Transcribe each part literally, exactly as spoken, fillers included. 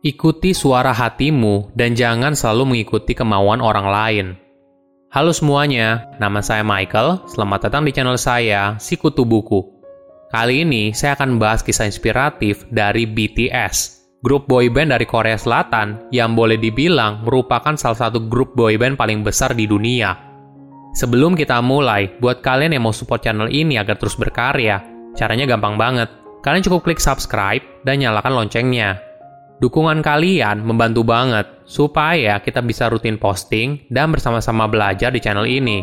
Ikuti suara hatimu dan jangan selalu mengikuti kemauan orang lain. Halo semuanya, nama saya Michael. Selamat datang di channel saya, Sikutu Buku. Kali ini saya akan membahas kisah inspiratif dari B T S, grup boyband dari Korea Selatan yang boleh dibilang merupakan salah satu grup boyband paling besar di dunia. Sebelum kita mulai, buat kalian yang mau support channel ini agar terus berkarya, caranya gampang banget. Kalian cukup klik subscribe dan nyalakan loncengnya. Dukungan kalian membantu banget supaya kita bisa rutin posting dan bersama-sama belajar di channel ini.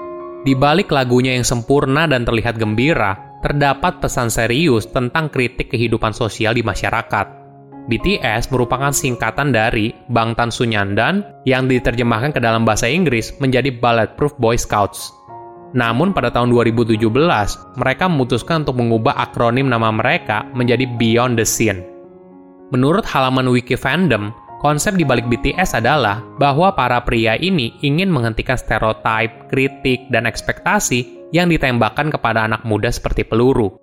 Di balik lagunya yang sempurna dan terlihat gembira, terdapat pesan serius tentang kritik kehidupan sosial di masyarakat. B T S merupakan singkatan dari Bangtan Sonyeondan yang diterjemahkan ke dalam bahasa Inggris menjadi Bulletproof Boy Scouts. Namun pada tahun dua ribu tujuh belas, mereka memutuskan untuk mengubah akronim nama mereka menjadi Beyond the Scene. Menurut halaman wiki fandom, konsep di balik B T S adalah bahwa para pria ini ingin menghentikan stereotip, kritik, dan ekspektasi yang ditembakkan kepada anak muda seperti peluru.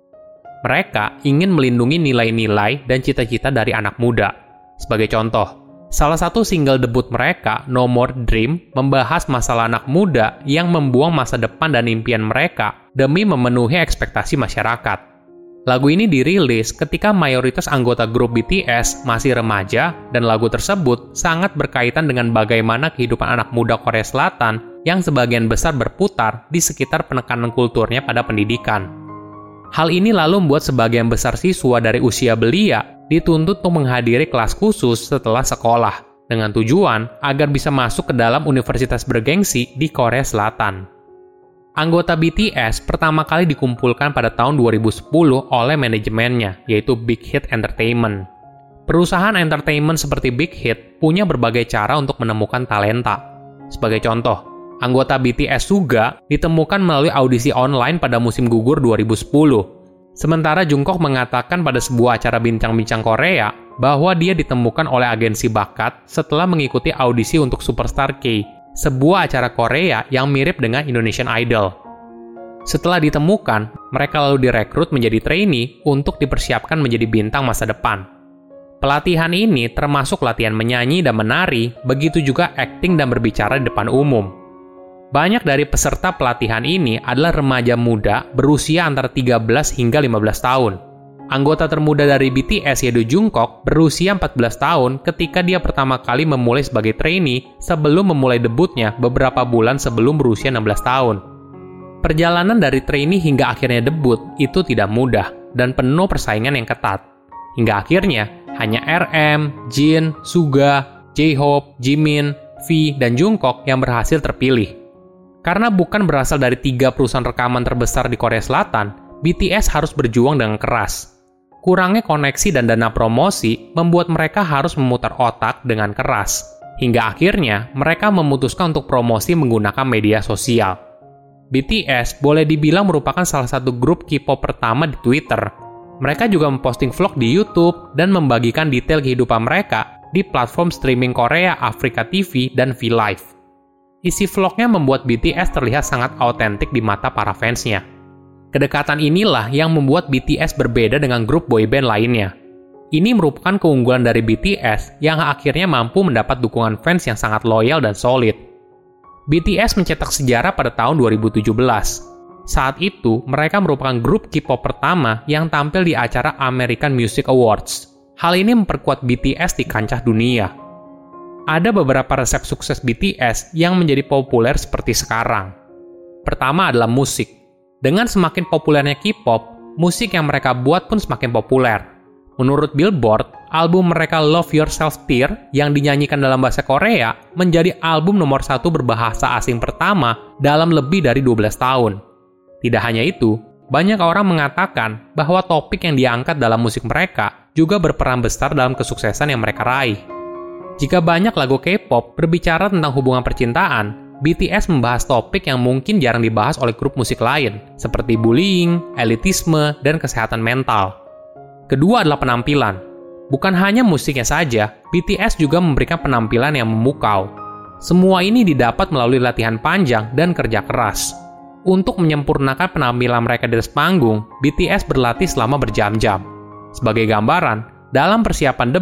Mereka ingin melindungi nilai-nilai dan cita-cita dari anak muda. Sebagai contoh, salah satu single debut mereka, No More Dream, membahas masalah anak muda yang membuang masa depan dan impian mereka demi memenuhi ekspektasi masyarakat. Lagu ini dirilis ketika mayoritas anggota grup B T S masih remaja dan lagu tersebut sangat berkaitan dengan bagaimana kehidupan anak muda Korea Selatan yang sebagian besar berputar di sekitar penekanan kulturnya pada pendidikan. Hal ini lalu membuat sebagian besar siswa dari usia belia dituntut untuk menghadiri kelas khusus setelah sekolah dengan tujuan agar bisa masuk ke dalam universitas bergengsi di Korea Selatan. Anggota B T S pertama kali dikumpulkan pada tahun dua ribu sepuluh oleh manajemennya, yaitu Big Hit Entertainment. Perusahaan entertainment seperti Big Hit punya berbagai cara untuk menemukan talenta. Sebagai contoh, anggota B T S Suga ditemukan melalui audisi online pada musim gugur dua ribu sepuluh. Sementara Jungkook mengatakan pada sebuah acara bincang-bincang Korea bahwa dia ditemukan oleh agensi bakat setelah mengikuti audisi untuk Superstar K, sebuah acara Korea yang mirip dengan Indonesian Idol. Setelah ditemukan, mereka lalu direkrut menjadi trainee untuk dipersiapkan menjadi bintang masa depan. Pelatihan ini termasuk latihan menyanyi dan menari, begitu juga akting dan berbicara di depan umum. Banyak dari peserta pelatihan ini adalah remaja muda berusia antara tiga belas hingga lima belas tahun. Anggota termuda dari B T S yaitu Jungkook berusia empat belas tahun ketika dia pertama kali memulai sebagai trainee sebelum memulai debutnya beberapa bulan sebelum berusia enam belas tahun. Perjalanan dari trainee hingga akhirnya debut itu tidak mudah dan penuh persaingan yang ketat. Hingga akhirnya hanya R M, Jin, Suga, J-Hope, Jimin, V, dan Jungkook yang berhasil terpilih. Karena bukan berasal dari tiga perusahaan rekaman terbesar di Korea Selatan, B T S harus berjuang dengan keras. Kurangnya koneksi dan dana promosi membuat mereka harus memutar otak dengan keras. Hingga akhirnya, mereka memutuskan untuk promosi menggunakan media sosial. B T S boleh dibilang merupakan salah satu grup K-pop pertama di Twitter. Mereka juga memposting vlog di YouTube dan membagikan detail kehidupan mereka di platform streaming Korea, Afrika T V, dan V-Live. Isi vlognya membuat B T S terlihat sangat autentik di mata para fansnya. Kedekatan inilah yang membuat B T S berbeda dengan grup boyband lainnya. Ini merupakan keunggulan dari B T S yang akhirnya mampu mendapat dukungan fans yang sangat loyal dan solid. B T S mencetak sejarah pada tahun dua ribu tujuh belas. Saat itu, mereka merupakan grup K-pop pertama yang tampil di acara American Music Awards. Hal ini memperkuat B T S di kancah dunia. Ada beberapa resep sukses B T S yang menjadi populer seperti sekarang. Pertama adalah musik. Dengan semakin populernya K-pop, musik yang mereka buat pun semakin populer. Menurut Billboard, album mereka Love Yourself Tear yang dinyanyikan dalam bahasa Korea menjadi album nomor satu berbahasa asing pertama dalam lebih dari dua belas tahun. Tidak hanya itu, banyak orang mengatakan bahwa topik yang diangkat dalam musik mereka juga berperan besar dalam kesuksesan yang mereka raih. Jika banyak lagu K-pop berbicara tentang hubungan percintaan, B T S membahas topik yang mungkin jarang dibahas oleh grup musik lain, seperti bullying, elitisme, dan kesehatan mental. Kedua adalah penampilan. Bukan hanya musiknya saja, B T S juga memberikan penampilan yang memukau. Semua ini didapat melalui latihan panjang dan kerja keras. Untuk menyempurnakan penampilan mereka di atas panggung, B T S berlatih selama berjam-jam. Sebagai gambaran, dalam persiapan debut,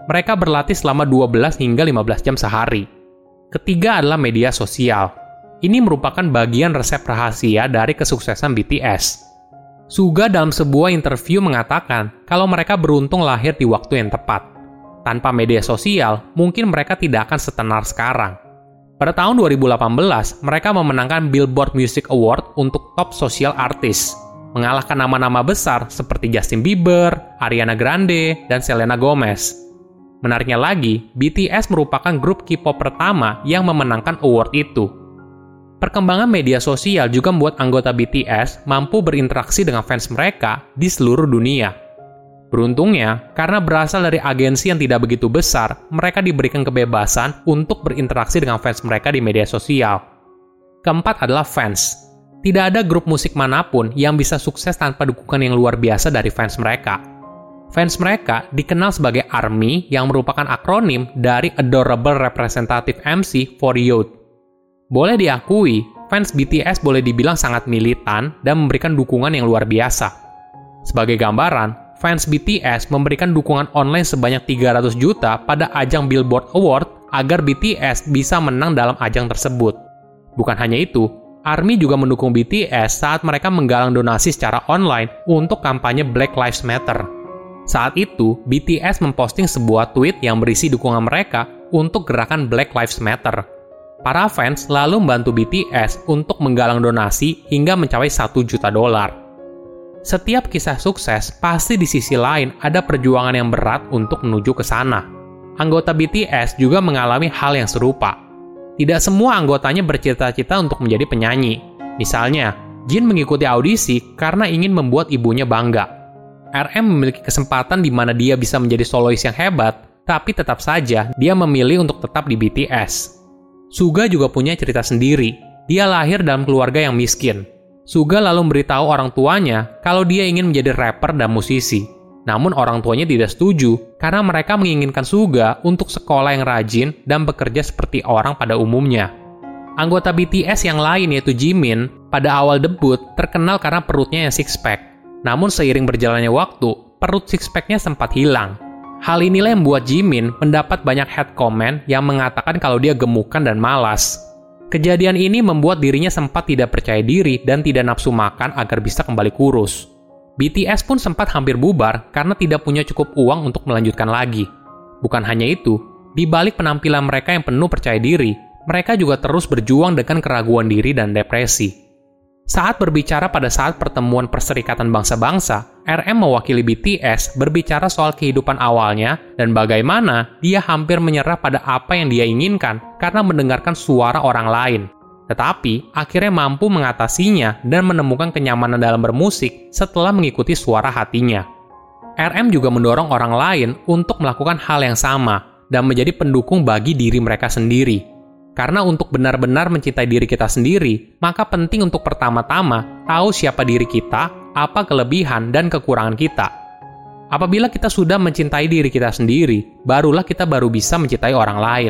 mereka berlatih selama dua belas hingga lima belas jam sehari. Ketiga adalah media sosial. Ini merupakan bagian resep rahasia dari kesuksesan B T S. Suga dalam sebuah interview mengatakan kalau mereka beruntung lahir di waktu yang tepat. Tanpa media sosial, mungkin mereka tidak akan setenar sekarang. Pada tahun dua ribu delapan belas, mereka memenangkan Billboard Music Award untuk Top Social Artist, mengalahkan nama-nama besar seperti Justin Bieber, Ariana Grande, dan Selena Gomez. Menariknya lagi, B T S merupakan grup K-pop pertama yang memenangkan award itu. Perkembangan media sosial juga membuat anggota B T S mampu berinteraksi dengan fans mereka di seluruh dunia. Beruntungnya, karena berasal dari agensi yang tidak begitu besar, mereka diberikan kebebasan untuk berinteraksi dengan fans mereka di media sosial. Keempat adalah fans. Tidak ada grup musik manapun yang bisa sukses tanpa dukungan yang luar biasa dari fans mereka. Fans mereka dikenal sebagai ARMY yang merupakan akronim dari Adorable Representative M C for Youth. Boleh diakui, fans B T S boleh dibilang sangat militan dan memberikan dukungan yang luar biasa. Sebagai gambaran, fans B T S memberikan dukungan online sebanyak tiga ratus juta pada ajang Billboard Award agar B T S bisa menang dalam ajang tersebut. Bukan hanya itu, ARMY juga mendukung B T S saat mereka menggalang donasi secara online untuk kampanye Black Lives Matter. Saat itu, B T S memposting sebuah tweet yang berisi dukungan mereka untuk gerakan Black Lives Matter. Para fans lalu membantu B T S untuk menggalang donasi hingga mencapai satu juta dolar. Setiap kisah sukses pasti di sisi lain ada perjuangan yang berat untuk menuju ke sana. Anggota B T S juga mengalami hal yang serupa. Tidak semua anggotanya bercita-cita untuk menjadi penyanyi. Misalnya, Jin mengikuti audisi karena ingin membuat ibunya bangga. R M memiliki kesempatan di mana dia bisa menjadi solois yang hebat, tapi tetap saja dia memilih untuk tetap di B T S. Suga juga punya cerita sendiri. Dia lahir dalam keluarga yang miskin. Suga lalu memberitahu orang tuanya kalau dia ingin menjadi rapper dan musisi. Namun orang tuanya tidak setuju karena mereka menginginkan Suga untuk sekolah yang rajin dan bekerja seperti orang pada umumnya. Anggota B T S yang lain yaitu Jimin pada awal debut terkenal karena perutnya yang six pack. Namun seiring berjalannya waktu, perut six pack-nya sempat hilang. Hal inilah yang membuat Jimin mendapat banyak hate comment yang mengatakan kalau dia gemukan dan malas. Kejadian ini membuat dirinya sempat tidak percaya diri dan tidak nafsu makan agar bisa kembali kurus. B T S pun sempat hampir bubar karena tidak punya cukup uang untuk melanjutkan lagi. Bukan hanya itu, di balik penampilan mereka yang penuh percaya diri, mereka juga terus berjuang dengan keraguan diri dan depresi. Saat berbicara pada saat pertemuan Perserikatan Bangsa-Bangsa, R M mewakili B T S berbicara soal kehidupan awalnya dan bagaimana dia hampir menyerah pada apa yang dia inginkan karena mendengarkan suara orang lain. Tetapi, akhirnya mampu mengatasinya dan menemukan kenyamanan dalam bermusik setelah mengikuti suara hatinya. R M juga mendorong orang lain untuk melakukan hal yang sama dan menjadi pendukung bagi diri mereka sendiri. Karena untuk benar-benar mencintai diri kita sendiri, maka penting untuk pertama-tama tahu siapa diri kita, apa kelebihan dan kekurangan kita. Apabila kita sudah mencintai diri kita sendiri, barulah kita baru bisa mencintai orang lain.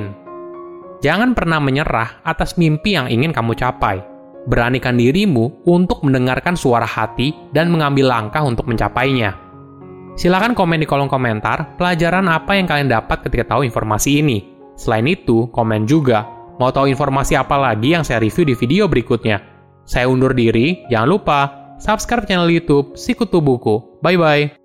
Jangan pernah menyerah atas mimpi yang ingin kamu capai. Beranikan dirimu untuk mendengarkan suara hati dan mengambil langkah untuk mencapainya. Silakan komen di kolom komentar pelajaran apa yang kalian dapat ketika tahu informasi ini. Selain itu, komen juga. Mau tahu informasi apa lagi yang saya review di video berikutnya? Saya undur diri, jangan lupa subscribe channel YouTube Sikutu Buku. Bye-bye!